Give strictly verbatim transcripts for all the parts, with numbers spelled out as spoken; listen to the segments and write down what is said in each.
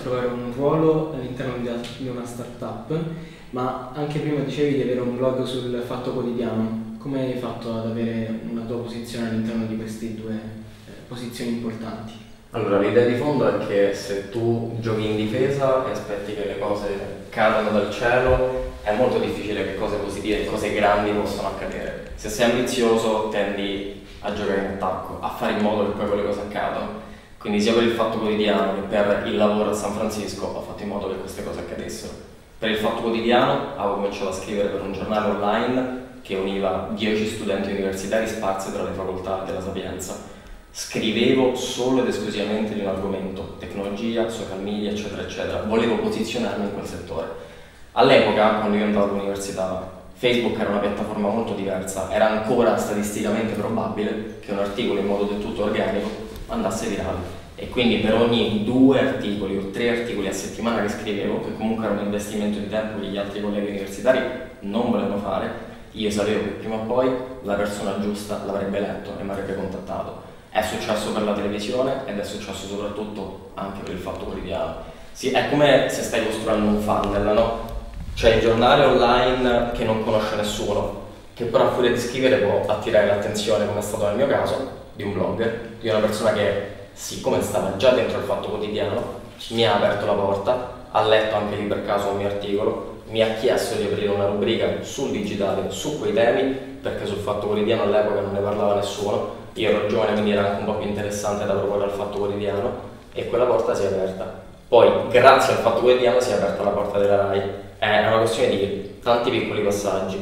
trovare un ruolo all'interno di una startup, ma anche prima dicevi di avere un blog sul Fatto Quotidiano. Come hai fatto ad avere una tua posizione all'interno di queste due eh, posizioni importanti? Allora, l'idea di fondo è che se tu giochi in difesa e aspetti che le cose cadano dal cielo, è molto difficile che cose positive e cose grandi possano accadere. Se sei ambizioso tendi a giocare in attacco, a fare in modo che poi quelle cose accadano. Quindi sia per il Fatto Quotidiano che per il lavoro a San Francisco ho fatto in modo che queste cose accadessero. Per il Fatto Quotidiano avevo cominciato a scrivere per un giornale online che univa dieci studenti universitari sparsi tra le facoltà della Sapienza. Scrivevo solo ed esclusivamente di un argomento, tecnologia, social media, eccetera, eccetera. Volevo posizionarmi in quel settore. All'epoca, quando io andavo all'università, Facebook era una piattaforma molto diversa, era ancora statisticamente probabile che un articolo in modo del tutto organico andasse virale. E quindi per ogni due articoli o tre articoli a settimana che scrivevo, che comunque era un investimento di tempo che gli altri colleghi universitari non volevano fare, io sapevo che prima o poi la persona giusta l'avrebbe letto e mi avrebbe contattato. È successo per la televisione ed è successo soprattutto anche per il Fatto Quotidiano. Sì, è come se stai costruendo un funnel, no? C'è il giornale online che non conosce nessuno, che però a furia di scrivere può attirare l'attenzione, come è stato nel mio caso, di un blogger, di una persona che, siccome stava già dentro il Fatto Quotidiano, mi ha aperto la porta, ha letto anche lì per caso un mio articolo, mi ha chiesto di aprire una rubrica sul digitale, su quei temi, perché sul Fatto Quotidiano all'epoca non ne parlava nessuno. Io ero giovane, quindi era anche un po' più interessante da proporre al Fatto Quotidiano e quella porta si è aperta. Poi, grazie al Fatto Quotidiano, si è aperta la porta della RAI. È una questione di tanti piccoli passaggi,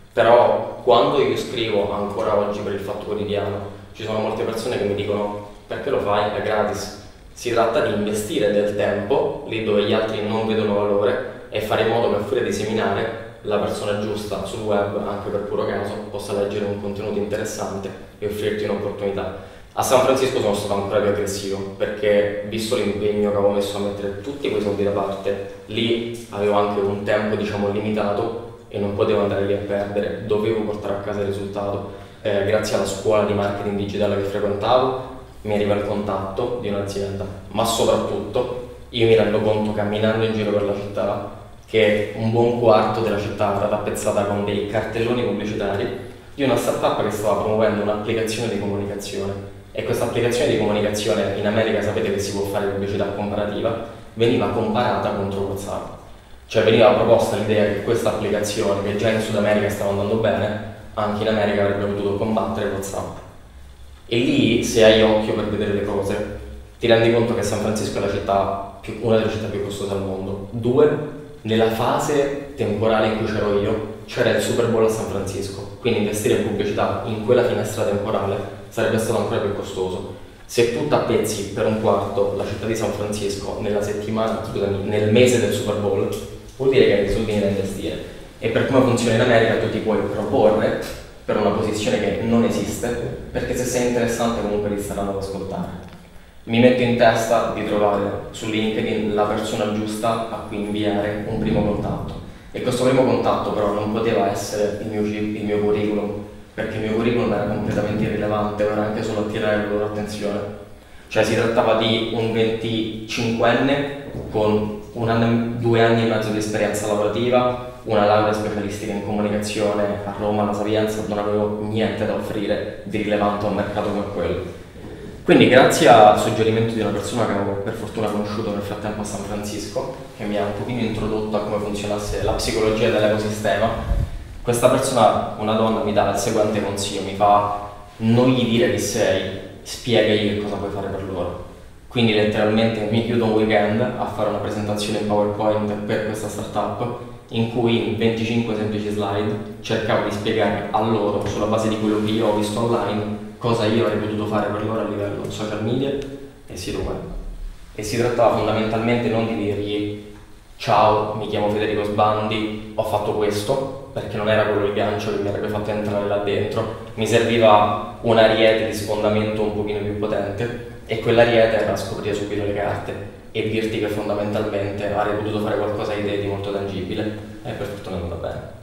però quando io scrivo ancora oggi per il Fatto Quotidiano, ci sono molte persone che mi dicono perché lo fai? È gratis. Si tratta di investire del tempo lì dove gli altri non vedono valore e fare in modo che a furia di seminare la persona giusta sul web, anche per puro caso, possa leggere un contenuto interessante e offrirti un'opportunità. A San Francisco sono stato ancora più aggressivo perché, visto l'impegno che avevo messo a mettere tutti quei soldi da parte, lì avevo anche un tempo, diciamo, limitato e non potevo andare lì a perdere, dovevo portare a casa il risultato. Eh, grazie alla scuola di marketing digitale che frequentavo mi arriva il contatto di un'azienda, ma soprattutto io mi rendo conto, camminando in giro per la città, che un buon quarto della città era tappezzata con dei cartelloni pubblicitari di una startup che stava promuovendo un'applicazione di comunicazione. E questa applicazione di comunicazione, in America sapete che si può fare pubblicità comparativa, veniva comparata contro WhatsApp. Cioè veniva proposta l'idea che questa applicazione, che già in Sud America stava andando bene, anche in America avrebbe potuto combattere WhatsApp. E lì, se hai occhio per vedere le cose, ti rendi conto che San Francisco è la città più, una delle città più costose al mondo. Due, nella fase temporale in cui c'ero io, c'era il Super Bowl a San Francisco, quindi investire in pubblicità in quella finestra temporale sarebbe stato ancora più costoso. Se tu tappezzi per un quarto la città di San Francisco nella settimana, scusami, nel mese del Super Bowl, vuol dire che hai dei soldini da investire. E per come funziona in America tu ti puoi proporre per una posizione che non esiste, perché se sei interessante comunque ti staranno ad ascoltare. Mi metto in testa di trovare su LinkedIn la persona giusta a cui inviare un primo contatto. E questo primo contatto però non poteva essere il mio, il mio curriculum, perché il mio curriculum era completamente irrilevante, era anche solo attirare la loro attenzione. Cioè si trattava di un venticinquenne con un anno, due anni e mezzo di esperienza lavorativa, una laurea specialistica in comunicazione a Roma, alla Sapienza, non avevo niente da offrire di rilevante a un mercato come quello. Quindi grazie al suggerimento di una persona che avevo per fortuna conosciuto nel frattempo a San Francisco, che mi ha un pochino introdotto a come funzionasse la psicologia dell'ecosistema, questa persona, una donna, mi dà il seguente consiglio, mi fa: non gli dire chi sei, spiegagli che cosa puoi fare per loro. Quindi letteralmente mi chiudo un weekend a fare una presentazione in PowerPoint per questa startup, in cui in venticinque semplici slide cercavo di spiegare a loro, sulla base di quello che io ho visto online, cosa io avrei potuto fare per loro a livello social media e sito web. E si trattava fondamentalmente non di dirgli ciao, mi chiamo Federico Sbandi, ho fatto questo, perché non era quello il gancio che mi avrebbe fatto entrare là dentro, mi serviva un ariete di sfondamento un pochino più potente e quell'ariete era scoprire subito le carte e dirti che fondamentalmente avrei potuto fare qualcosa di te di molto tangibile e per fortuna è andata bene.